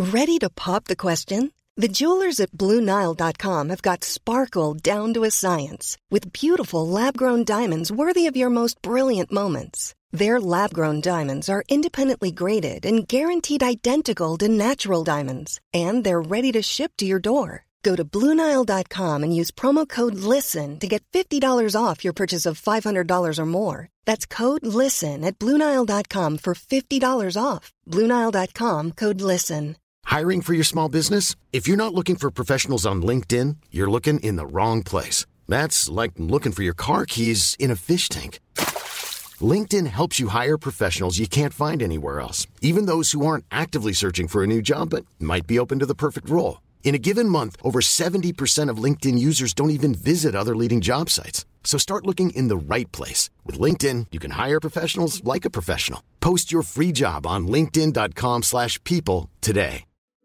Ready to pop the question? The jewelers at BlueNile.com have got sparkle down to a science with beautiful lab-grown diamonds worthy of your most brilliant moments. Their lab-grown diamonds are independently graded and guaranteed identical to natural diamonds, and they're ready to ship to your door. Go to BlueNile.com and use promo code LISTEN to get $50 off your purchase of $500 or more. That's code LISTEN at BlueNile.com for $50 off. BlueNile.com, code LISTEN. Hiring for your small business? If you're not looking for professionals on LinkedIn, you're looking in the wrong place. That's like looking for your car keys in a fish tank. LinkedIn helps you hire professionals you can't find anywhere else, even those who aren't actively searching for a new job but might be open to the perfect role. In a given month, over 70% of LinkedIn users don't even visit other leading job sites. So start looking in the right place. With LinkedIn, you can hire professionals like a professional. Post your free job on linkedin.com/people today.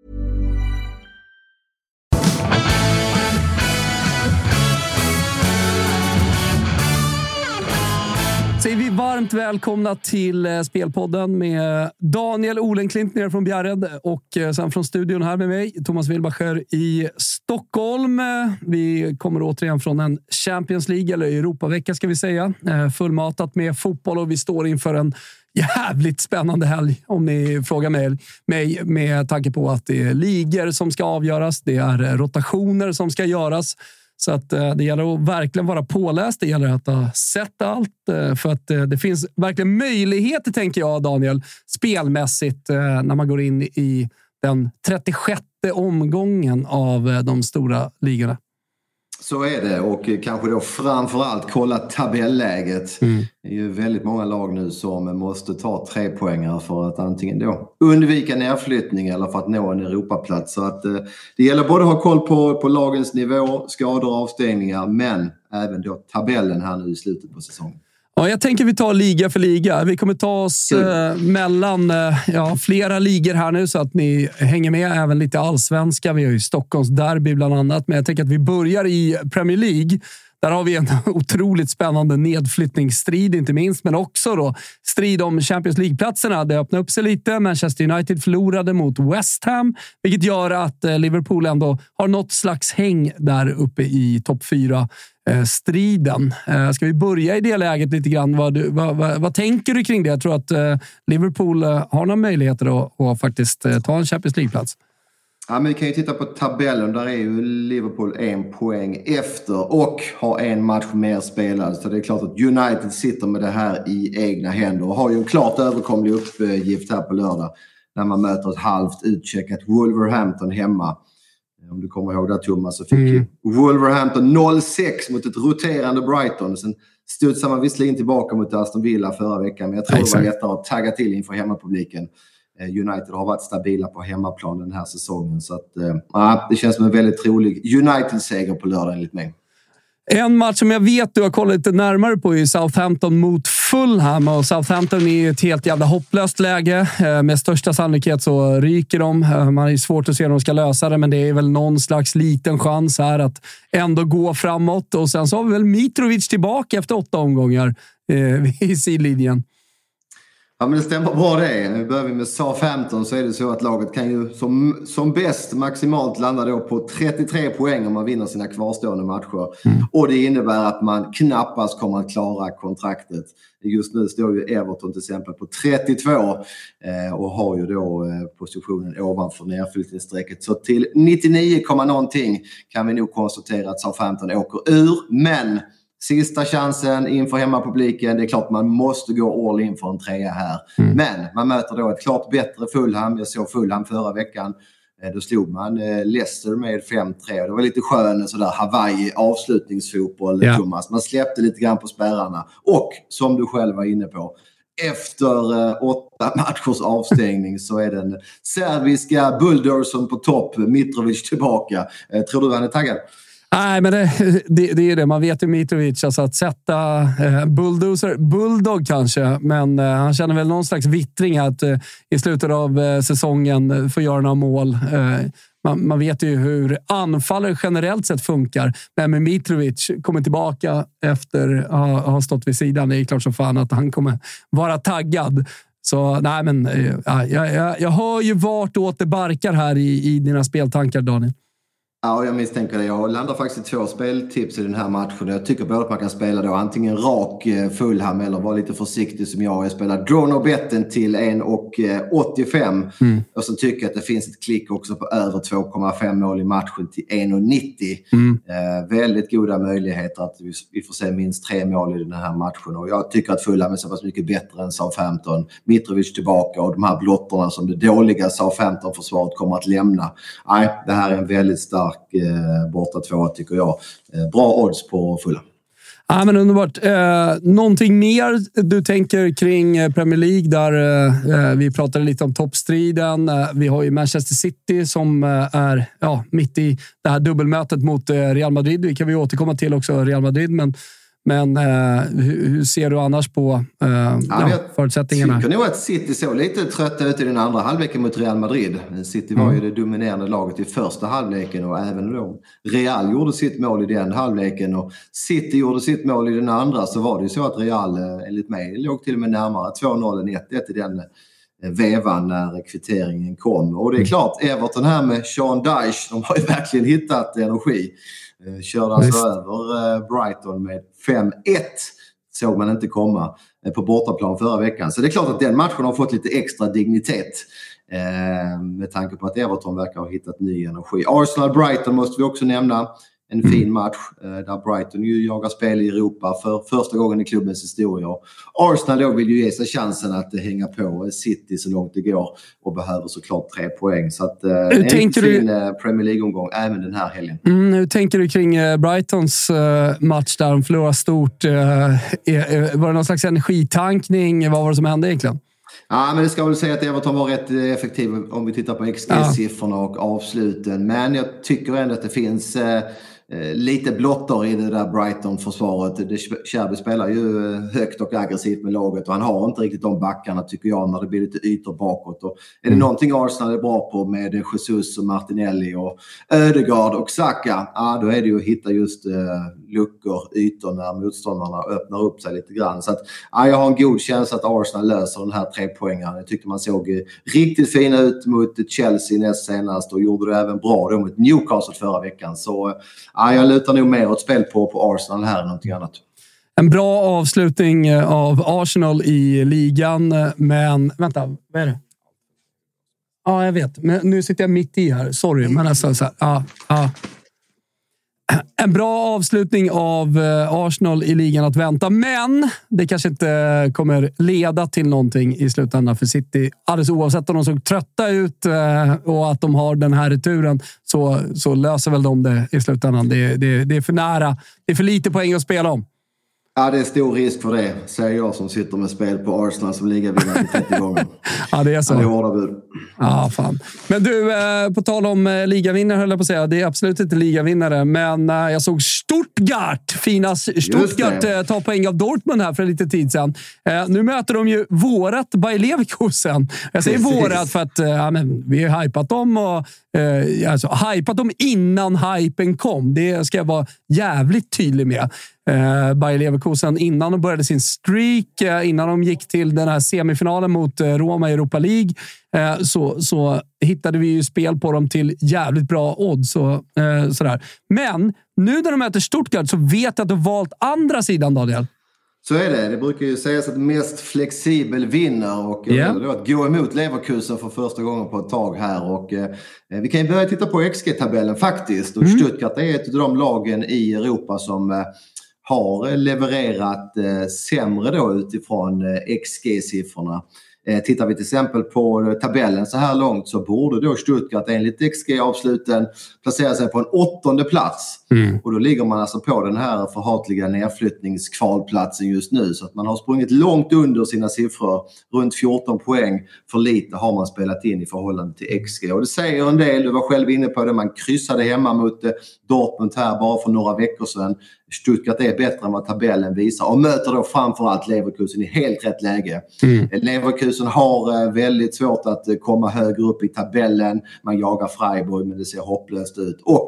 Säger vi varmt välkomna till Spelpodden med Daniel Olenklint ner från Bjärred och sen från studion här med mig, Thomas Wilbacher i Stockholm. Vi kommer återigen från en Champions League eller Europavecka ska vi säga. Fullmatat med fotboll och vi står inför en jävligt spännande helg om ni frågar mig med tanke på att det är ligor som ska avgöras, det är rotationer som ska göras. Så att det gäller att verkligen vara påläst. Det gäller att ha sett allt. För att det finns verkligen möjligheter, tänker jag, Daniel, spelmässigt när man går in i den 36:e omgången av de stora ligorna. Så är det, och kanske då framförallt kolla tabelläget. Det är ju väldigt många lag nu som måste ta 3 poängare för att antingen då undvika nedflyttning eller för att nå en Europaplats. Så att det gäller både att ha koll på lagens nivå, skador och avstängningar, men även då tabellen här nu i slutet på säsongen. Ja, jag tänker vi tar liga för liga. Vi kommer ta oss mellan flera ligor här nu så att ni hänger med, även lite allsvenska. Vi har ju Stockholms derby bland annat, men jag tänker att vi börjar i Premier League. Där har vi en otroligt spännande nedflyttningsstrid inte minst, men också då strid om Champions League-platserna. Det öppnar upp sig lite. Manchester United förlorade mot West Ham, vilket gör att Liverpool ändå har något slags häng där uppe i topp 4 striden. Ska vi börja i det läget lite grann? Vad tänker du kring det? Jag tror att Liverpool har några möjligheter att faktiskt ta en Champions League-plats. Ja, men vi kan ju titta på tabellen. Där är ju Liverpool 1 poäng efter och har en match mer spelad. Så det är klart att United sitter med det här i egna händer och har ju en klart överkomlig uppgift här på lördag när man möter ett halvt utcheckat Wolverhampton hemma. Om du kommer ihåg det, Thomas, så fick Wolverhampton 0-6 mot ett roterande Brighton. Sen studsade man visserligen tillbaka mot Aston Villa förra veckan, men jag tror det var lättare att tagga till inför hemmapubliken. United har varit stabila på hemmaplan den här säsongen, så att det känns som en väldigt trolig United-seger på lördag enligt mig. En match som jag vet du har kollat lite närmare på är Southampton mot Fulham, och Southampton är ett helt jävla hopplöst läge. Med största sannolikhet så ryker de. Man är svårt att se hur de ska lösa det, men det är väl någon slags liten chans här att ändå gå framåt. Och sen så har vi väl Mitrovic tillbaka efter 8 omgångar i sidlinjen. Ja, men det stämmer bra det. Nu börjar vi med Southampton, så är det så att laget kan ju som bäst maximalt landa då på 33 poäng om man vinner sina kvarstående matcher. Och det innebär att man knappast kommer att klara kontraktet. Just nu står ju Everton till exempel på 32 och har ju då positionen ovanför nedflyttningsstrecket. Så till 99, någonting kan vi nog konstatera att Southampton åker ur, men sista chansen inför hemmapubliken. Det är klart man måste gå all in för en 3 här. Men man möter då ett klart bättre Fulham. Jag såg Fulham förra veckan. Då slog man Leicester med 5-3. Det var lite skön sådär Hawaii avslutningsfotboll, Thomas. Man släppte lite grann på spärrarna. Och som du själv var inne på, efter 8 matchers avstängning så är den serbiska bulldozern på topp. Mitrovic tillbaka. Tror du han är taggad? Nej, men det är det. Man vet ju Mitrovic, alltså att sätta bulldog kanske, men han känner väl någon slags vittring att i slutet av säsongen få göra några mål. Man vet ju hur anfallare generellt sett funkar, men med Mitrovic kommer tillbaka efter att ha stått vid sidan. Det är klart som fan att han kommer vara taggad. Så nej, men jag hör ju vart åt det barkar här i dina speltankar, Daniel. Ja, jag misstänker det. Jag landar faktiskt i 2 speltips i den här matchen. Jag tycker både att man kan spela då antingen rak Fulham eller vara lite försiktig som jag spelar draw no betten till 1,85. Och så tycker jag att det finns ett klick också på över 2,5 mål i matchen till 1,90. Väldigt goda möjligheter att vi får se minst 3 mål i den här matchen. Och jag tycker att Fulham är så pass mycket bättre än Southampton. Mitrovic tillbaka och de här blottorna som det dåliga Southampton-försvaret kommer att lämna. Nej, det här är en väldigt stark borta 2 tycker jag. Bra odds på Fulham. Ja, men underbart. Någonting mer du tänker kring Premier League där vi pratade lite om toppstriden. Vi har ju Manchester City som är mitt i det här dubbelmötet mot Real Madrid. Vi kan ju återkomma till också Real Madrid, men hur ser du annars på förutsättningarna? Jag tycker nog att City såg lite trötta ut i den andra halvleken mot Real Madrid. City var ju det dominerande laget i första halvleken och även då Real gjorde sitt mål i den halvleken och City gjorde sitt mål i den andra, så var det ju så att Real enligt mig låg till och med närmare 2-0 än 1-1 i den vevan när kvitteringen kom. Och det är klart, Everton här med Sean Dyche, de har ju verkligen hittat energi. Körde alltså över Brighton med 5-1. Såg man inte komma på bortaplan förra veckan. Så det är klart att den matchen har fått lite extra dignitet. Med tanke på att Everton verkar ha hittat ny energi. Arsenal-Brighton måste vi också nämna. En fin match där Brighton ju jagar spel i Europa för första gången i klubbens historia. Arsenal då vill ju ge sig chansen att hänga på City så långt det går och behöver såklart 3 poäng. Så att en fin Premier League-omgång även den här helgen. Hur tänker du kring Brightons match där de förlorar stort? Var det någon slags energitankning? Vad var det som hände egentligen? Ja, men det ska väl säga att Everton var rätt effektiv om vi tittar på XG-siffrorna och avsluten. Men jag tycker ändå att det finns lite blottor i det där Brighton-försvaret. Cherby spelar ju högt och aggressivt med laget och han har inte riktigt de backarna tycker jag när det blir lite ytor bakåt. Och är det någonting Arsenal är bra på med Jesus och Martinelli och Ödegaard och Saka, då är det ju att hitta just luckor, ytor när motståndarna öppnar upp sig lite grann. Så att jag har en god känsla att Arsenal löser den här 3-poängaren. Jag tyckte man såg riktigt fina ut mot Chelsea näst senast och gjorde det även bra då mot Newcastle förra veckan. Så jag lutar nog mer åt spel på Arsenal här än någonting annat. En bra avslutning av Arsenal i ligan, men vänta, vad är det? Ja, jag vet. Men nu sitter jag mitt i här. Sorry, men alltså så här. En bra avslutning av Arsenal i ligan att vänta, men det kanske inte kommer leda till någonting i slutändan för City. Alldeles oavsett om de såg trötta ut och att de har den här returen så löser väl de det i slutändan. Det är för nära. Det är för lite poäng att spela om. Ja, det är stor risk för det, säger jag som sitter med spel på Arsenal som ligger vid 30 gånger. Ja, det är så. Ja, det är hårda bud. Ja, fan. Men du, på tal om ligavinnare höll jag på att säga. Det är absolut inte ligavinnare, men jag såg Fina Stuttgart ta poäng av Dortmund här för en liten tid sedan. Nu möter de ju vårat Bayer Leverkusen. Jag säger vårat för att vi har hypat dem och hypat dem innan hypen kom. Det ska jag vara jävligt tydlig med. Bayer Leverkusen innan de började sin streak, innan de gick till den här semifinalen mot Roma i Europa League, så hittade vi ju spel på dem till jävligt bra odds sådär. Men nu när de möter Stuttgart så vet jag att du valt andra sidan, Daniel. Så är det. Det brukar ju sägas att mest flexibel vinner och då att gå emot Leverkusen för första gången på ett tag här. Och vi kan ju börja titta på XG-tabellen faktiskt. Och Stuttgart är ett av de lagen i Europa som har levererat sämre då utifrån XG-siffrorna. Tittar vi till exempel på tabellen så här långt så borde då Stuttgart enligt XG-avsluten placera sig på en 8:e plats. Och då ligger man alltså på den här förhatliga nedflyttningskvalplatsen just nu. Så att man har sprungit långt under sina siffror. Runt 14 poäng för lite har man spelat in i förhållande till XG. Och det säger en del, du var själv inne på det, man kryssade hemma mot Dortmund här bara för några veckor sedan. Stuttgart är bättre än vad tabellen visar och möter då framförallt Leverkusen i helt rätt läge. Leverkusen har väldigt svårt att komma högre upp i tabellen. Man jagar Freiburg men det ser hopplöst ut. Och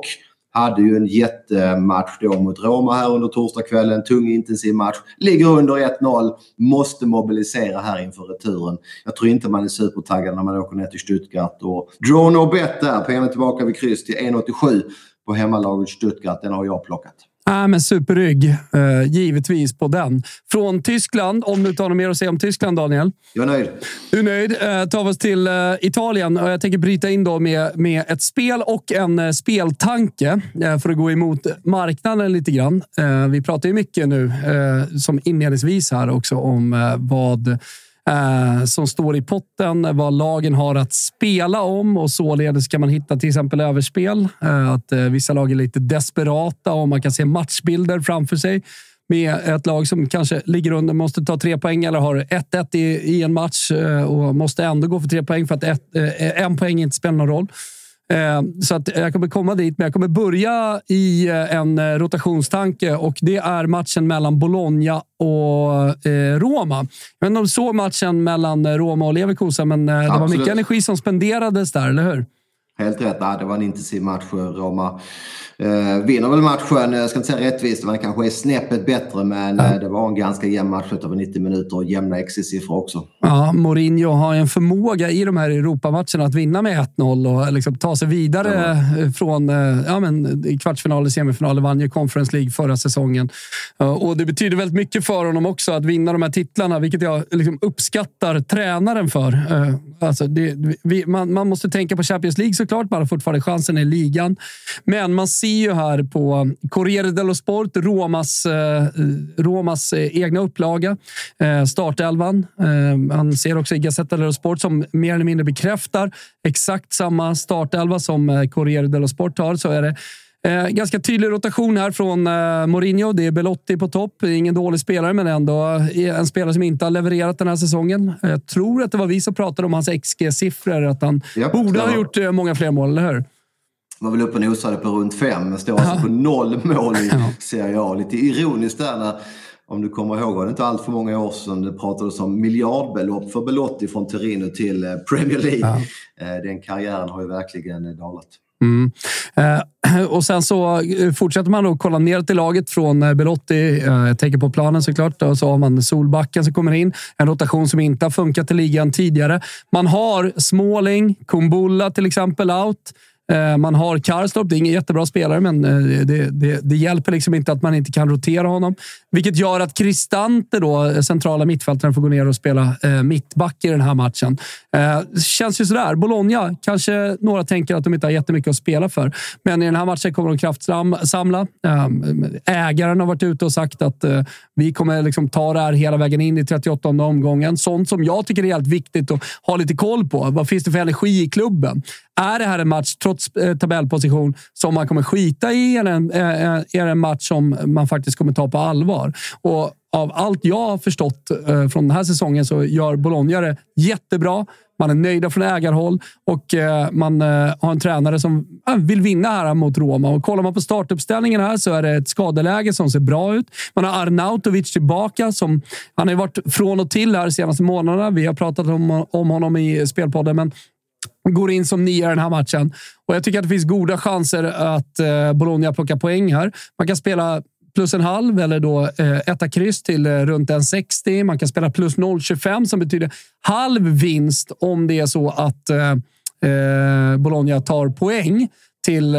hade ju en jättematch då mot Roma här under torsdagskvällen. Tung intensiv match. Ligger under 1-0. Måste mobilisera här inför returen. Jag tror inte man är supertaggad när man åker ner till Stuttgart. Och draw no bet där. Pengarna tillbaka vid kryss till 1,87 på hemmalaget Stuttgart. Den har jag plockat. Men superrygg, givetvis på den. Från Tyskland, om du tar något mer att säga om Tyskland, Daniel? Jag är nöjd. Du är nöjd. Tar vi oss till Italien. Jag tänker bryta in då med ett spel och en speltanke för att gå emot marknaden lite grann. Vi pratar ju mycket nu, som inledningsvis här också, om vad som står i potten, vad lagen har att spela om, och således kan man hitta till exempel överspel. Att vissa lag är lite desperata och man kan se matchbilder framför sig med ett lag som kanske ligger under, måste ta 3 poäng eller har 1-1 i en match och måste ändå gå för 3 poäng för att en poäng inte spelar någon roll. Så att jag kommer komma dit, men jag kommer börja i en rotationstanke, och det är matchen mellan Bologna och Roma. Men de såg matchen mellan Roma och Leverkusen, men det var mycket energi som spenderades där, eller hur? Helt rätt, det var en intensiv match. Roma vinner väl matchen, jag ska inte säga rättvist, man kanske är snäppet bättre, men det var en ganska jämn match över 90 minuter och jämna XG-siffror också. Ja, Mourinho har en förmåga i de här Europamatcherna att vinna med 1-0 och liksom ta sig vidare från kvartsfinaler, semifinaler, vann ju Conference League förra säsongen. Och det betyder väldigt mycket för honom också att vinna de här titlarna, vilket jag liksom uppskattar tränaren för. Alltså man måste tänka på Champions League såklart, man har fortfarande chansen i ligan, men man ser ju här på Corriere dello Sport Romas egna upplaga, startelvan. Man ser också i Gazzetta dello Sport som mer eller mindre bekräftar exakt samma startelva som Corriere dello Sport har, så är det ganska tydlig rotation här från Mourinho. Det är Belotti på topp. Ingen dålig spelare, men ändå en spelare som inte har levererat den här säsongen. Jag tror att det var vi som pratade om hans XG-siffror, att han borde ha gjort många fler mål, eller hur? Var väl uppe och nosade på runt 5. Står alltså på 0 mål i Serie A. Lite ironiskt där när, om du kommer ihåg, var det inte allt för många år sedan det pratades om miljardbelopp för Belotti från Torino till Premier League. Den karriären har ju verkligen dalat. Och sen så fortsätter man då kolla ner till laget från Belotti. Jag tänker på planen såklart, och så har man Solbacken som kommer in, en rotation som inte har funkat i ligan tidigare. Man har Smalling, Kumbulla till exempel out. Man har Karstorp, det är ingen jättebra spelare, men det hjälper liksom inte att man inte kan rotera honom. Vilket gör att Cristante då, centrala mittfältaren, får gå ner och spela mittback i den här matchen. Känns ju sådär. Bologna, kanske några tänker att de inte har jättemycket att spela för. Men i den här matchen kommer de kraftsamla. Ägaren har varit ute och sagt att vi kommer liksom ta det här hela vägen in i 38:e omgången. Sånt som jag tycker är helt viktigt att ha lite koll på. Vad finns det för energi i klubben? Är det här en match, trots tabellposition, som man kommer skita i, eller är det en match som man faktiskt kommer ta på allvar? Och av allt jag har förstått från den här säsongen så gör Bologna det jättebra. Man är nöjda från ägarhåll och man har en tränare som vill vinna här mot Roma. Och kollar man på startuppställningen här så är det ett skadeläge som ser bra ut. Man har Arnautovic tillbaka, som han har varit från och till här de senaste månaderna. Vi har pratat om honom i spelpodden, men går in som 9 i den här matchen. Och jag tycker att det finns goda chanser att Bologna plockar poäng här. Man kan spela plus 1,5 eller då 1 kryss till runt 1,60. Man kan spela plus 0,25 som betyder halv vinst om det är så att Bologna tar poäng till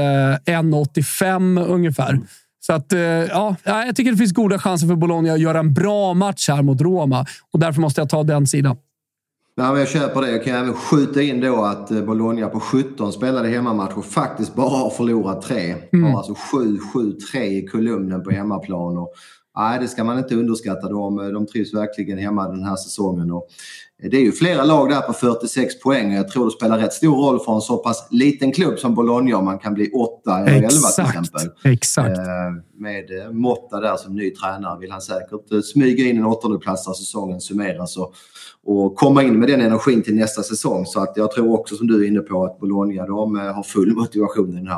1,85 ungefär. Så att jag tycker det finns goda chanser för Bologna att göra en bra match här mot Roma. Och därför måste jag ta den sidan. Ja, men jag köper det. Jag kan även skjuta in då att Bologna på 17 spelade hemmamatch och faktiskt bara har förlorat 3. Har alltså 7-7-3 i kolumnen på hemmaplan. Och, det ska man inte underskatta. De trivs verkligen hemma den här säsongen. Och det är ju flera lag där på 46 poäng. Jag tror det spelar rätt stor roll för en så pass liten klubb som Bologna om man kan bli 8 eller 11 till exempel. Exakt. Med Motta där som ny tränare vill han säkert smyga in en 8:e plats när säsongen summeras och komma in med den energin till nästa säsong. Så att jag tror också, som du är inne på, att Bologna de har full motivation i den här matchen.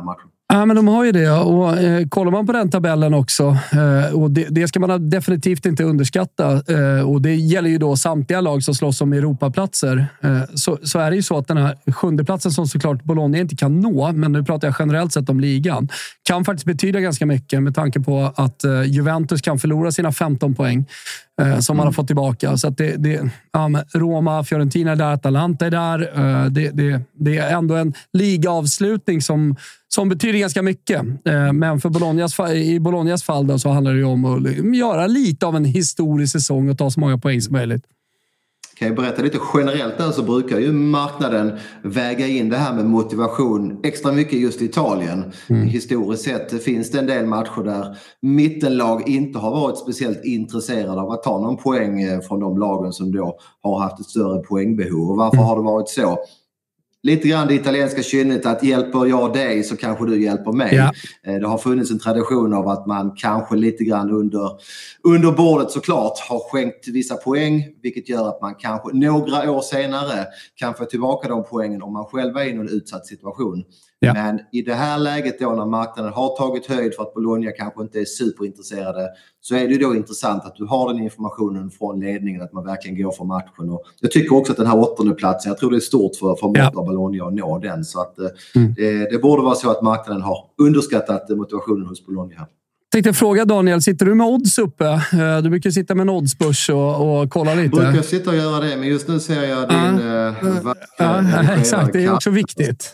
Ja, men de har ju det. Och kollar man på den tabellen också, och det ska man definitivt inte underskatta. Och det gäller ju då samtliga lag som slåss om Europaplatser. Så är det ju så att den här 7:e platsen som såklart Bologna inte kan nå, men nu pratar jag generellt sett om ligan, kan faktiskt betyda ganska mycket med tanke på att Juventus kan förlora sina 15 poäng som man har fått tillbaka. Så att Roma, Fiorentina är där, Atalanta är där. Det är ändå en ligaavslutning som betyder ganska mycket. Men för i Bolognas fall då, så handlar det ju om att göra lite av en historisk säsong och ta så många poäng som möjligt. Kan jag berätta lite generellt där, så brukar ju marknaden väga in det här med motivation extra mycket just i Italien. Historiskt sett finns det en del matcher där mittenlag inte har varit speciellt intresserade av att ta någon poäng från de lagen som då har haft ett större poängbehov. Och varför har det varit så? Lite grann det italienska kynnet att hjälper jag dig så kanske du hjälper mig. Ja. Det har funnits en tradition av att man kanske lite grann under bordet såklart har skänkt vissa poäng, vilket gör att man kanske några år senare kan få tillbaka de poängen om man själv är i någon utsatt situation. Ja. Men i det här läget då, när marknaden har tagit höjd för att Bologna kanske inte är superintresserade, så är det då intressant att du har den informationen från ledningen att man verkligen går för matchen. Och jag tycker också att den här 8:e platsen, jag tror det är stort för Bologna att nå den. Så att det borde vara så att marknaden har underskattat motivationen hos Bologna. Jag tänkte fråga Daniel, sitter du med odds uppe? Du brukar sitta med en oddsbörs och kolla lite. Jag brukar sitta och göra det, men just nu ser jag din... exakt, det är också viktigt.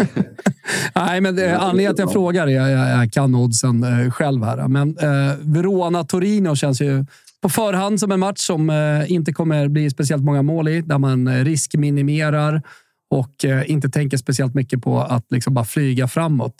Nej, men anledningen att jag frågar är jag kan oddsen själv här. Men Verona-Torino känns ju på förhand som en match som inte kommer bli speciellt många mål i. Där man riskminimerar och inte tänker speciellt mycket på att liksom bara flyga framåt.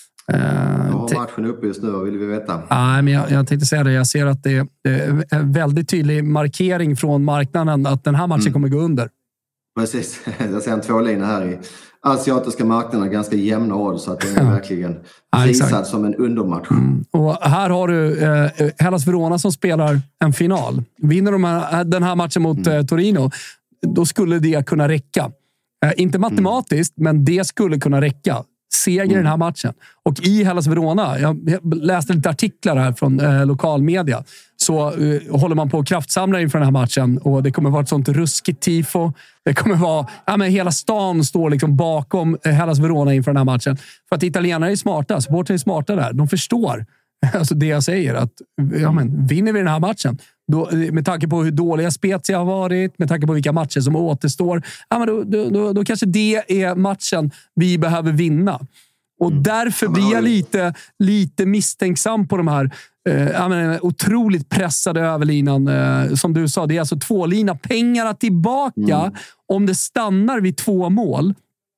Har matchen uppe just nu, vad vill vi veta? Nej, men jag tänkte säga det. Jag ser att det är en väldigt tydlig markering från marknaden att den här matchen kommer gå under. Precis, jag ser en 2-linje här i asiatiska marknaden, ganska jämna odds, så att den är verkligen prisad som en undermatch. Och här har du Hellas Verona som spelar en final. Vinner den här matchen mot Torino, då skulle det kunna räcka. Inte matematiskt, men det skulle kunna räcka. Seger i den här matchen. Och i Hellas Verona, jag läste lite artiklar här från lokalmedia, så håller man på att kraftsamla inför den här matchen, och det kommer vara ett sånt ruskigt tifo. Det kommer vara, hela stan står liksom bakom Hellas Verona inför den här matchen. För att italienare är smarta, supportrar är smarta där. De förstår alltså det jag säger, att vinner vi den här matchen, då, med tanke på hur dåliga Spezia har varit, med tanke på vilka matcher som återstår, då kanske det är matchen vi behöver vinna. Och därför blir jag lite misstänksam på de här otroligt pressade överlinan. Som du sa, det är alltså 2-lina. Pengarna tillbaka om det stannar vid 2 mål.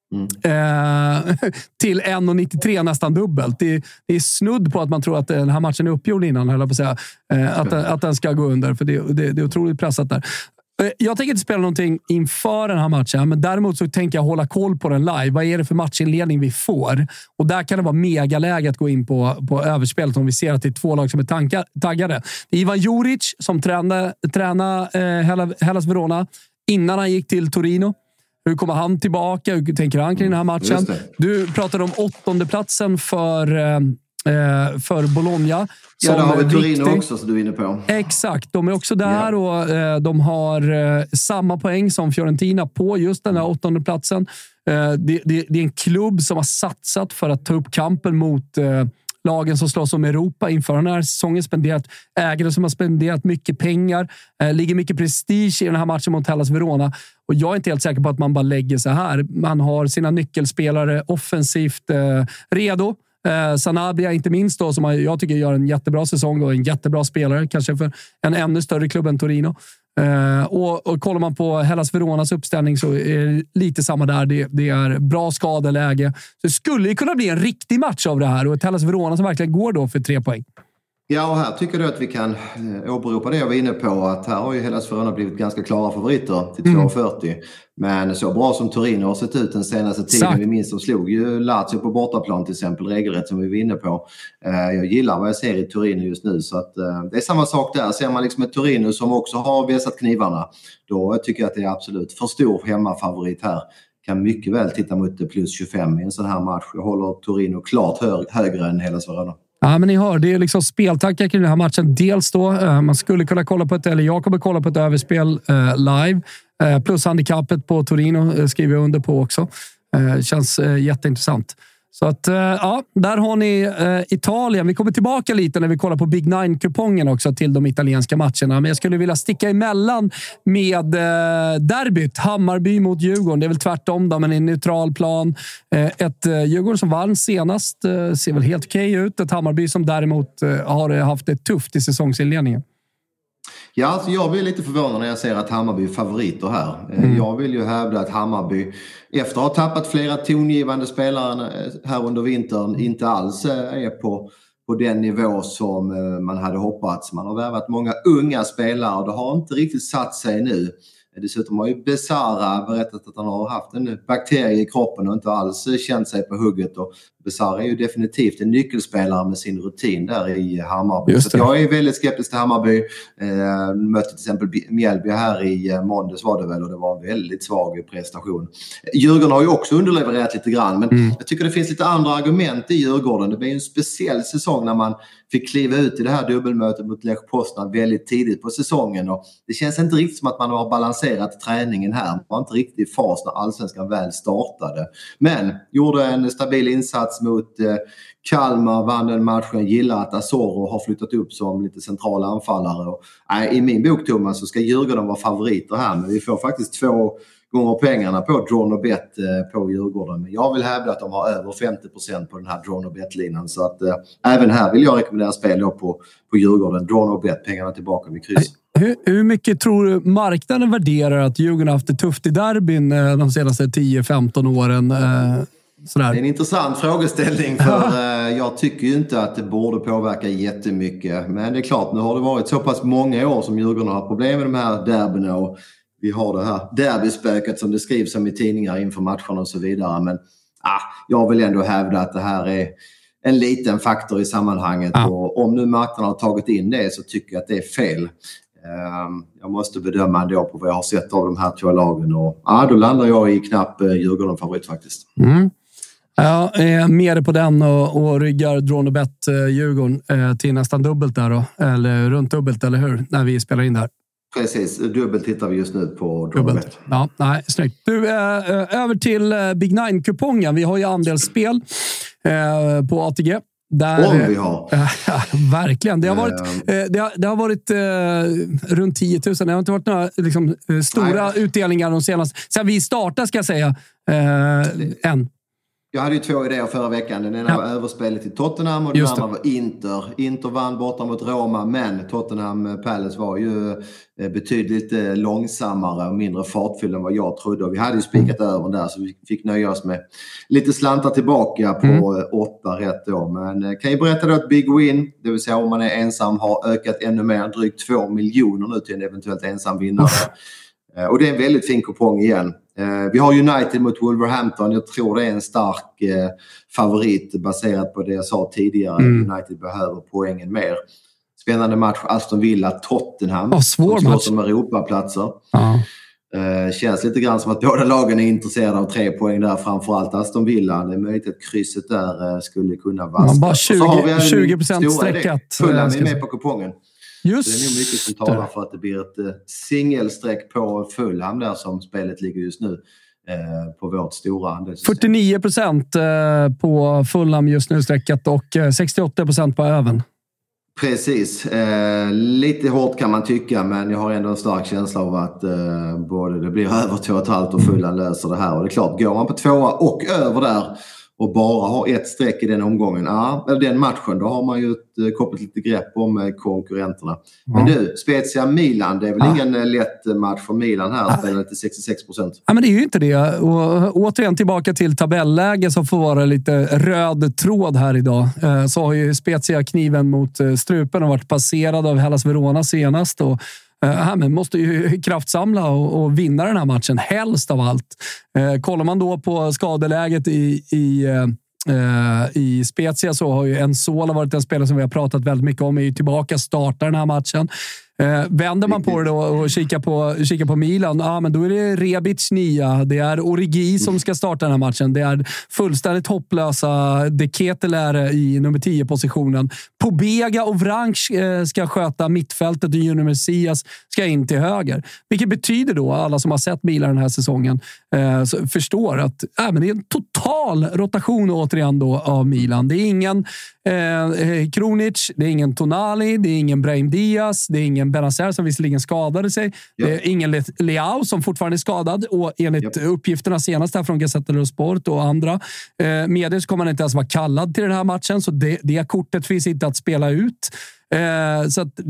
Till 1,93 nästan dubbelt. Det är snudd på att man tror att den här matchen är uppgjord innan, eller på säga, att den ska gå under, för det är otroligt pressat där. Jag tänker inte spela någonting inför den här matchen, men däremot så tänker jag hålla koll på den live. Vad är det för matchinledning vi får? Och där kan det vara megaläge att gå in på överspelet om vi ser att det är 2 lag som är taggade. Det är Ivan Juric som tränar Hellas Verona innan han gick till Torino. Hur kommer han tillbaka? Hur tänker han kring den här matchen? Du pratade om 8:e platsen för Bologna. Ja, där har vi Torino också, som du är inne på. Exakt, de är också där och de har samma poäng som Fiorentina på just den här 8:e platsen. Det är en klubb som har satsat för att ta upp kampen mot lagen som slåss om Europa inför den här säsongen. Ägare som har spenderat mycket pengar. Ligger mycket prestige i den här matchen mot Hellas Verona. Och jag är inte helt säker på att man bara lägger så här. Man har sina nyckelspelare offensivt redo. Sanabria inte minst då, som jag tycker gör en jättebra säsong och en jättebra spelare, kanske för en ännu större klubb än Torino. Och kollar man på Hellas Veronas uppställning så är det lite samma där. Det är bra skadeläge. Så det skulle ju kunna bli en riktig match av det här, och ett Hellas Verona som verkligen går då för 3 poäng. Ja, och här tycker du att vi kan åberopa det jag var inne på, att här har ju Hellas Verona blivit ganska klara favoriter till 2,40. Men så bra som Torino har sett ut den senaste tiden, vi minns, de slog ju Lazio på bortaplan till exempel, regelrätt, som vi var inne på. Jag gillar vad jag ser i Torino just nu, så att det är samma sak där. Ser man liksom ett Torino som också har vässat knivarna, då tycker jag att det är absolut för stor hemmafavorit här. kan mycket väl titta mot plus 25 i en sån här match. Jag håller Torino klart högre än hela Verona. Ja, men ni hör, det är liksom speltankar kring den här matchen. Dels då, man skulle kunna kolla på eller jag kommer kolla på ett överspel live. Plus handikappet på Torino skriver jag under på också. Känns jätteintressant. Så att, ja, där har ni Italien. Vi kommer tillbaka lite när vi kollar på Big Nine-kupongen också till de italienska matcherna. Men jag skulle vilja sticka emellan med derbyt. Hammarby mot Djurgården. Det är väl tvärtom då, men i neutral plan. Ett Djurgården som vann senast ser väl helt okej ut. Ett Hammarby som däremot har haft det tufft i säsongsinledningen. Ja, alltså jag blir lite förvånad när jag ser att Hammarby är favoriter här. Jag vill ju hävda att Hammarby, efter att ha tappat flera tongivande spelare här under vintern, inte alls är på den nivå som man hade hoppats. Man har värvat många unga spelare och det har inte riktigt satt sig nu. Dessutom har ju Besara berättat att han har haft en bakterie i kroppen och inte alls känt sig på hugget. Och Besara är ju definitivt en nyckelspelare med sin rutin där i Hammarby. Så jag är väldigt skeptisk till Hammarby. Mötte till exempel Mjällby här i måndags var det väl och det var en väldigt svag prestation. Djurgården har ju också underlevererat lite grann men jag tycker det finns lite andra argument i Djurgården. Det blir en speciell säsong när man fick kliva ut i det här dubbelmötet mot Lech Poznan väldigt tidigt på säsongen och det känns inte riktigt som att man har balanserat träningen här. Man var inte riktigt i fas när allsvenskan väl startade. Men gjorde en stabil insats mot Kalmar, vann den matchen, gillar att Asoro har flyttat upp som lite centrala anfallare. Och, i min bok Thomas så ska Djurgården vara favoriter här men vi får faktiskt 2 gånger pengarna på Drawn och Bet på Djurgården. Men jag vill hävda att de har över 50% på den här Drawn och Bet-linan. Så att även här vill jag rekommendera spel på Djurgården. Drawn och Bet, pengarna tillbaka vid kryss. Hur mycket tror du marknaden värderar att Djurgården har haft det tufft i derbyn de senaste 10-15 åren? Sådär. Det är en intressant frågeställning för jag tycker ju inte att det borde påverka jättemycket. Men det är klart, nu har det varit så pass många år som Djurgården har problem med de här derbyna och vi har det här derbyspöket som det skrivs om i tidningar inför matcherna och så vidare. Men jag vill ändå hävda att det här är en liten faktor i sammanhanget. Och om nu marknaden har tagit in det så tycker jag att det är fel. Jag måste bedöma ändå på vad jag har sett av de här 2 lagen. Och då landar jag i knapp Djurgården favorit faktiskt. Jag är mer på den och ryggar Drawn och Bet Djurgården till nästan dubbelt där då. Eller runt dubbelt, eller hur? När vi spelar in där. Precis, dubbelt tittar vi just nu på dubbelt. Ja, nej, snyggt. Du, över till Big Nine-kupongen. Vi har ju andelsspel på ATG. Där, vi har. Verkligen. Det har varit runt 10 000. Det har inte varit några liksom, stora utdelningar de senaste. Sen vi startade ska jag säga än. Jag hade ju 2 idéer förra veckan. Den ena var överspelet till Tottenham och den andra var Inter. Inter vann borta mot Roma men Tottenham Palace var ju betydligt långsammare och mindre fartfylld än vad jag trodde. Och vi hade ju spikat över där så vi fick nöja oss med lite slantar tillbaka på 8 rätt då. Men kan ju berätta då att Big Win, det vill säga om man är ensam, har ökat ännu mer, drygt 2 miljoner nu till en eventuellt ensam vinnare. Och det är en väldigt fin kupong igen. Vi har United mot Wolverhampton. Jag tror det är en stark favorit baserat på det jag sa tidigare. United behöver poängen mer. Spännande match. Aston Villa, Tottenham. Svår match. Som Europaplatser. Känns lite grann som att båda lagen är intresserade av 3 poäng där. Framförallt Aston Villa. Det är möjligt att krysset där skulle kunna vaska. Bara 20% sträckat. Fulham är med på kupongen. Just det är nog mycket som talar för att det blir ett singelsträck på Fulham där som spelet ligger just nu på vårt stora andelssystem. 49% på Fulham just nu sträckat och 68% på Öven. Precis. Lite hårt kan man tycka men jag har ändå en stark känsla av att både det blir över 2,5 och Fulham löser det här. Och det är klart, går man på 2 och över där och bara har ett streck i den omgången, eller den matchen, då har man ju kopplat lite grepp om konkurrenterna. Men du, Spezia Milan, det är väl ingen lätt match för Milan här, spelar till 66%. Ja, men det är ju inte det. Och återigen tillbaka till tabelläge som får vara lite röd tråd här idag. Så har ju Spezia kniven mot strupen och varit passerad av Hellas Verona senast och men måste ju kraftsamla och vinna den här matchen, helst av allt. Kollar man då på skadeläget i Spezia så har ju Enzola varit en spelare som vi har pratat väldigt mycket om, är ju tillbaka, startar den här matchen. Vänder man på det då och kikar på Milan, men då är det Rebic nia, det är Origi som ska starta den här matchen, det är fullständigt hopplösa De Ketelaere i nummer 10-positionen. Pobega och Vranch ska sköta mittfältet och Junior Messias ska in till höger. Vilket betyder då, alla som har sett Milan den här säsongen förstår att men det är en total rotation återigen då av Milan. Det är ingen Krunic, det är ingen Tonali, det är ingen Brahim Diaz, det är ingen Benacer som visserligen skadade sig, det är ingen Leao som fortfarande är skadad och enligt uppgifterna senast här från Gazzetta dello Sport och andra medier så kommer han inte ens vara kallad till den här matchen, så det kortet finns inte att spela ut. Så att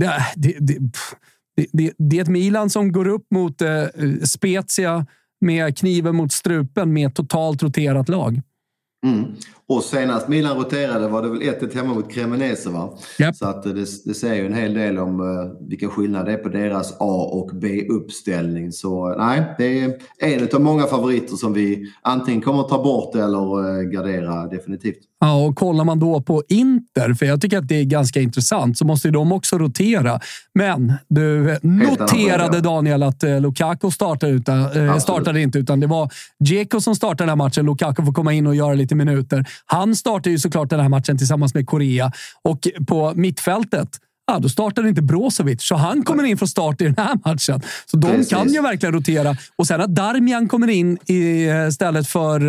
det är ett Milan som går upp mot Spezia med kniven mot strupen med totalt roterat lag. Och senast Milan roterade var det väl 1-1 hemma mot Cremonese, va? Yep. Så att det säger ju en hel del om vilka skillnader det är på deras A- och B-uppställning. Så nej, det är en av många favoriter som vi antingen kommer att ta bort eller gardera definitivt. Ja, och kollar man då på Inter, för jag tycker att det är ganska intressant, så måste ju de också rotera. Men du noterade, Daniel, att Lukaku startade inte, utan det var Dzeko som startade den här matchen. Lukaku får komma in och göra lite minuter. Han startade ju såklart den här matchen tillsammans med Korea. Och på mittfältet, då startade inte Brozovic, så han kommer in från start i den här matchen. Så de kan ju verkligen rotera. Och sen att Darmian kommer in istället för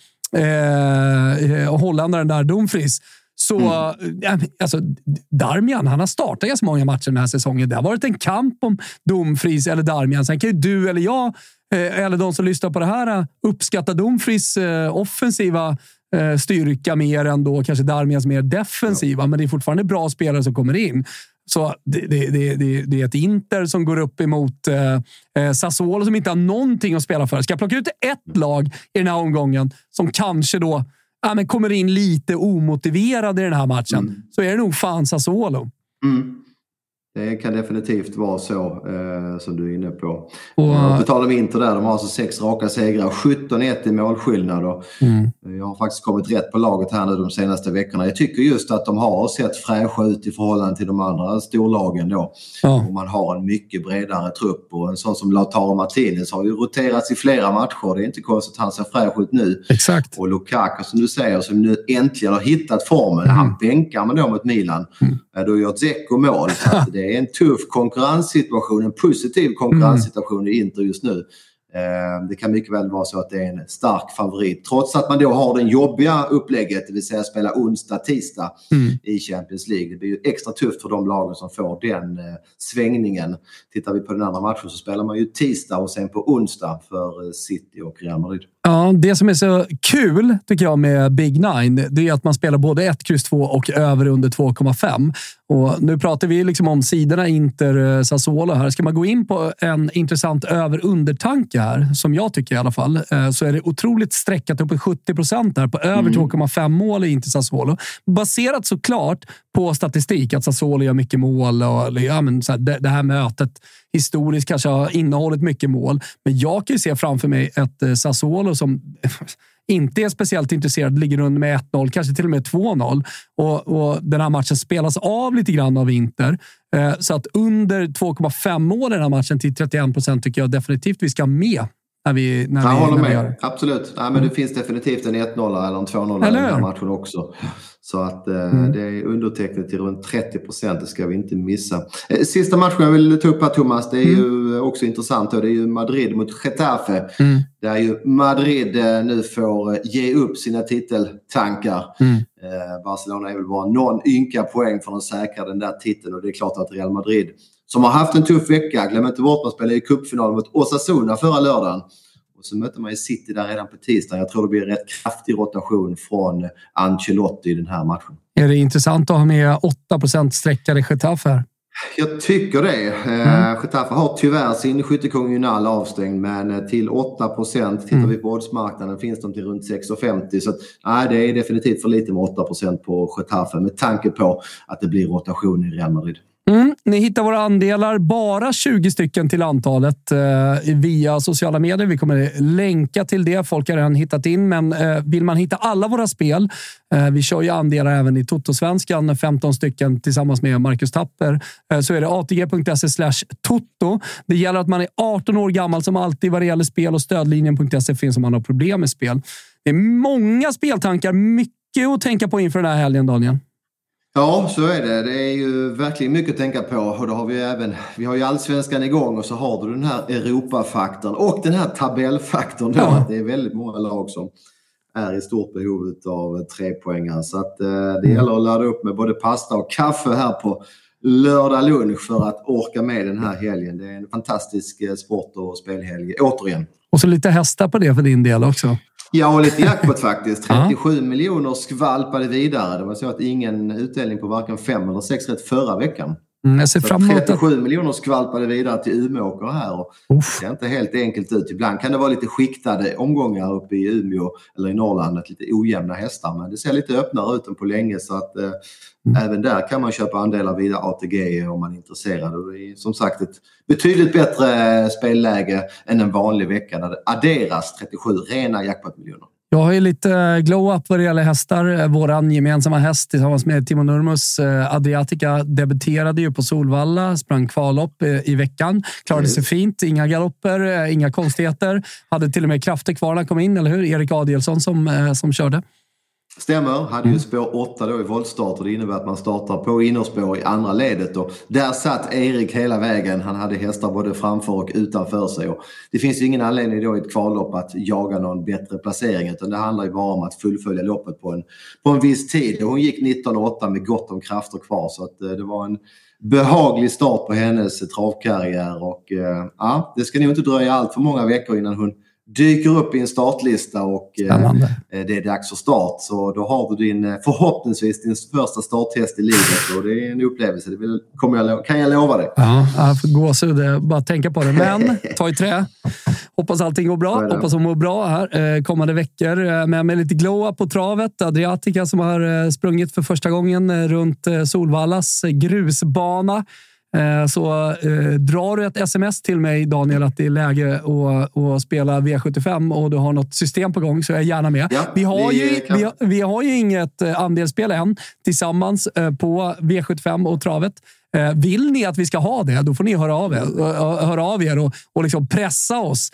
holländaren där, Dumfries. Så alltså, Darmian, han har startat ganska många matcher den här säsongen. Det har varit en kamp om Dumfries eller Darmian. Sen kan ju du eller jag eller de som lyssnar på det här uppskatta Dumfries offensiva styrka mer än då kanske Darmians mer defensiva, men det är fortfarande bra spelare som kommer in. Så det är ett Inter som går upp emot Sassuolo som inte har någonting att spela för. Ska jag plocka ut ett lag i den här omgången som kanske då men kommer in lite omotiverad i den här matchen, så är det nog fan Sassuolo. Det kan definitivt vara så som du är inne på. Och på tal om Inter där, de har alltså 6 raka segrar, 17-1 i målskillnad. Och jag har faktiskt kommit rätt på laget här nu de senaste veckorna. Jag tycker just att de har sett fräscha ut i förhållande till de andra storlagen då. Och man har en mycket bredare trupp, och en sån som Lautaro Martinez har ju roterats i flera matcher. Det är inte konstigt att han ser fräsch ut nu. Exakt. Och Lukaku som du säger, som nu äntligen har hittat formen. Han bänkar man då mot Milan. Då gör Dzeko mål. Så att det är en tuff konkurrenssituation, en positiv konkurrenssituation i Inter just nu. Det kan mycket väl vara så att det är en stark favorit. Trots att man då har den jobbiga upplägget, det vill säga spela onsdag, tisdag i Champions League. Det blir ju extra tufft för de lagen som får den svängningen. Tittar vi på den andra matchen så spelar man ju tisdag och sen på onsdag för City och Real Madrid. Ja, det som är så kul tycker jag med Big Nine, det är att man spelar både 1-2 och över under 2,5. Och nu pratar vi liksom om sidorna Inter Sassuolo här. Ska man gå in på en intressant över-undertanke här, som jag tycker i alla fall, så är det otroligt sträckat upp i 70% där på över 2,5 mål i Inter Sassuolo. Baserat såklart på statistik att Sassuolo gör mycket mål och så här, det här mötet historiskt kanske har innehållit mycket mål. Men jag kan ju se framför mig ett Sassuolo som inte är speciellt intresserad, ligger under med 1-0, kanske till och med 2-0. Och den här matchen spelas av lite grann av Inter. Så att under 2,5 mål i den här matchen till 31% tycker jag definitivt vi ska ha med. Jag håller med, absolut. Men det finns definitivt en 1-0 eller en 2-0 i den här matchen också. Så att det är undertecknet till runt 30%, det ska vi inte missa. Sista matchen jag vill ta upp här, Thomas, det är ju också intressant. Det är ju Madrid mot Getafe. Där ju Madrid nu får ge upp sina titeltankar. Barcelona är väl bara någon ynka poäng från att säkra den där titeln, och det är klart att Real Madrid, som har haft en tuff vecka, glöm inte bort, man spelade i cupfinalen mot Osasuna förra lördagen. Och så möter man i City där redan på tisdag. Jag tror det blir en rätt kraftig rotation från Ancelotti i den här matchen. Är det intressant att ha med 8% sträckare Getafe här? Jag tycker det. Getafe har tyvärr sin skyttekung Ünal avstängd, men till 8%, tittar vi på oddsmarknaden, finns de till runt 6,50. Så det är definitivt för lite med 8% på Getafe, med tanke på att det blir rotation i Real Madrid. Ni hittar våra andelar, bara 20 stycken till antalet via sociala medier. Vi kommer länka till det. Folk har redan hittat in, men vill man hitta alla våra spel, vi kör ju andelar även i Toto-svenskan, 15 stycken tillsammans med Marcus Tapper, så är det atg.se/toto. Det gäller att man är 18 år gammal som alltid vad det gäller spel, och stödlinjen.se finns om man har problem med spel. Det är många speltankar, mycket att tänka på inför den här helgen, Daniel. Ja, så är det. Det är ju verkligen mycket att tänka på. Och då har vi har ju allsvenskan igång, och så har du den här Europafaktorn och den här tabellfaktorn då, att det är väldigt många lag som är i stort behov av 3-poängare. Så att det gäller att ladda upp med både pasta och kaffe här på lördag lunch för att orka med den här helgen. Det är en fantastisk sport- och spelhelg återigen. Och så lite hästar på det för din del också. Ja, och lite jackpot faktiskt. 37 miljoner skvalpade vidare. Det var så att ingen utdelning på varken 5 eller 6 rätt förra veckan. Jag ser fram emot 37 miljoner skvalpade vidare till Umeåker här. Och det ser inte helt enkelt ut. Ibland kan det vara lite skiktade omgångar uppe i Umeå eller i Norrland. Lite ojämna hästar. Men det ser lite öppnare ut än på länge. Så att även där kan man köpa andelar via ATG om man är intresserad. Och det är som sagt ett betydligt bättre spelläge än en vanlig vecka där det adderas 37 rena jackpot-miljoner. Jag har ju lite glow-up vad det gäller hästar. Våran gemensamma häst tillsammans med Timo Nurmos, Adriatica, debuterade ju på Solvalla, sprang kvallopp i veckan. Klarade sig fint, inga galopper, inga konstigheter. Hade till och med krafter kvar när han kom in, eller hur? Erik Adielsson som körde. Stämmer, hade ju spår 8 då i voltstart, och det innebär att man startar på innerspår i andra ledet, och där satt Erik hela vägen. Han hade hästar både framför och utanför sig, och det finns ju ingen anledning då i ett kvallopp att jaga någon bättre placering, utan det handlar ju bara om att fullfölja loppet på en viss tid. Hon gick 19,8 med gott om krafter kvar, så att det var en behaglig start på hennes travkarriär, och det ska nog inte dröja allt för många veckor innan hon dyker upp i en startlista, och det är dags för start. Så då har du förhoppningsvis din första starthäst i livet, och det är en upplevelse. Kan jag lova dig. Ja, jag får gåshud, bara tänka på det. Men ta i trä. Hoppas allting går bra. Hoppas hon mår bra här kommande veckor. Med lite glow på travet. Adriatica som har sprungit för första gången runt Solvallas grusbana. Så drar du ett sms till mig, Daniel, att det är läge att spela V75 och du har något system på gång, så är jag gärna med. Ja, vi har ju inget andelsspel än tillsammans på V75 och travet. Vill ni att vi ska ha det, då får ni höra av er och liksom pressa oss.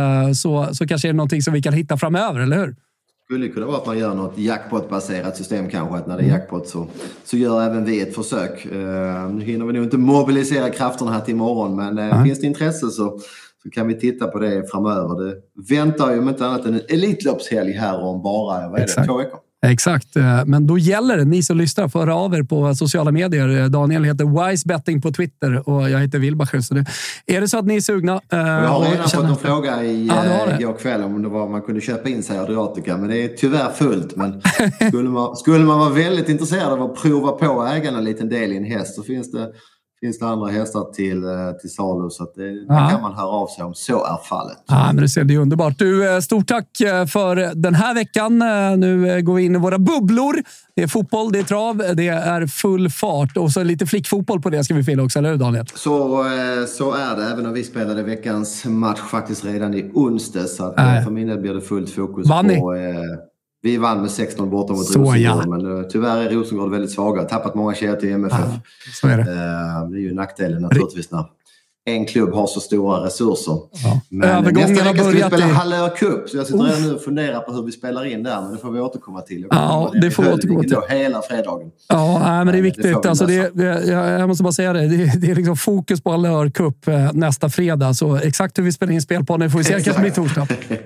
Så kanske är det någonting som vi kan hitta framöver, eller hur? Skulle kunna vara att man gör något jackpot-baserat system kanske, att när det är jackpot så gör även vi ett försök. Nu hinner vi nog inte mobilisera krafterna här till imorgon, men finns det intresse så kan vi titta på det framöver. Det väntar ju om inte annat än en elitloppshelg här om bara 2 veckor. Exakt, men då gäller det, ni som lyssnar får höra av er på sociala medier. Daniel heter WiseBetting på Twitter och jag heter Wilbacher. Så är det så att ni är sugna? Jag har redan fått en fråga igår kväll om det var man kunde köpa in sig Adriatica, men det är tyvärr fullt. Men skulle man vara väldigt intresserad av att prova på ägarna en liten del i en häst, så finns det andra hästar till salu, så att det kan man höra av sig om så är fallet. Ja, men det är underbart. Du, stort tack för den här veckan. Nu går vi in i våra bubblor. Det är fotboll, det är trav, det är full fart och så lite flickfotboll på det ska vi finna också, eller hur Daniel? Så är det, även om vi spelade veckans match faktiskt redan i onsdag, så att för min del blir det fullt fokus på... Vi vann med 16 borta mot Rosengård, men tyvärr är Rosengård väldigt svaga. Tappat många tjejer till MFF. Så är det. Det är ju nackdelen naturligtvis när en klubb har så stora resurser. Ja. Men nästa vecka ska vi spela Hallör Cup, så jag sitter redan nu och funderar på hur vi spelar in där, men det får vi återkomma till. Det får vi återkomma till. Hela fredagen. Ja, men det är viktigt. Alltså jag måste bara säga det. Det är liksom fokus på Hallör Cup nästa fredag, så exakt hur vi spelar in spel på det får vi se kanske blir torsdag.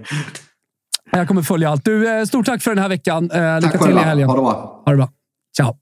Jag kommer följa allt. Du, stort tack för den här veckan. Lycka till i helgen. Ha det bra. Ha det bra. Ciao.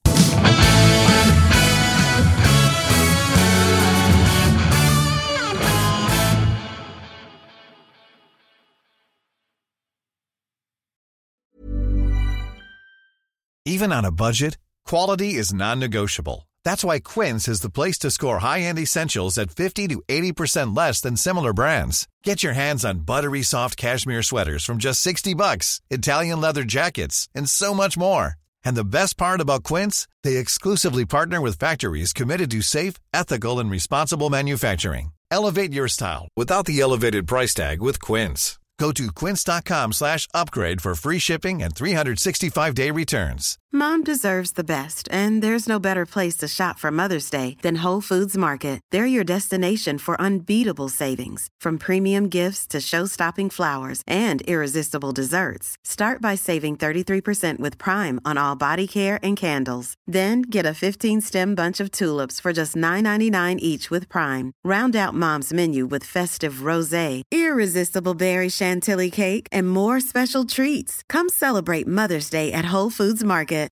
Even on a budget, quality is non-negotiable. That's why Quince is the place to score high-end essentials at 50 to 80% less than similar brands. Get your hands on buttery soft cashmere sweaters from just $60, Italian leather jackets, and so much more. And the best part about Quince, they exclusively partner with factories committed to safe, ethical, and responsible manufacturing. Elevate your style without the elevated price tag with Quince. Go to quince.com/upgrade for free shipping and 365-day returns. Mom deserves the best, and there's no better place to shop for Mother's Day than Whole Foods Market. They're your destination for unbeatable savings, from premium gifts to show-stopping flowers and irresistible desserts. Start by saving 33% with Prime on all body care and candles. Then get a 15-stem bunch of tulips for just $9.99 each with Prime. Round out Mom's menu with festive rosé, irresistible berry chantilly cake, and more special treats. Come celebrate Mother's Day at Whole Foods Market.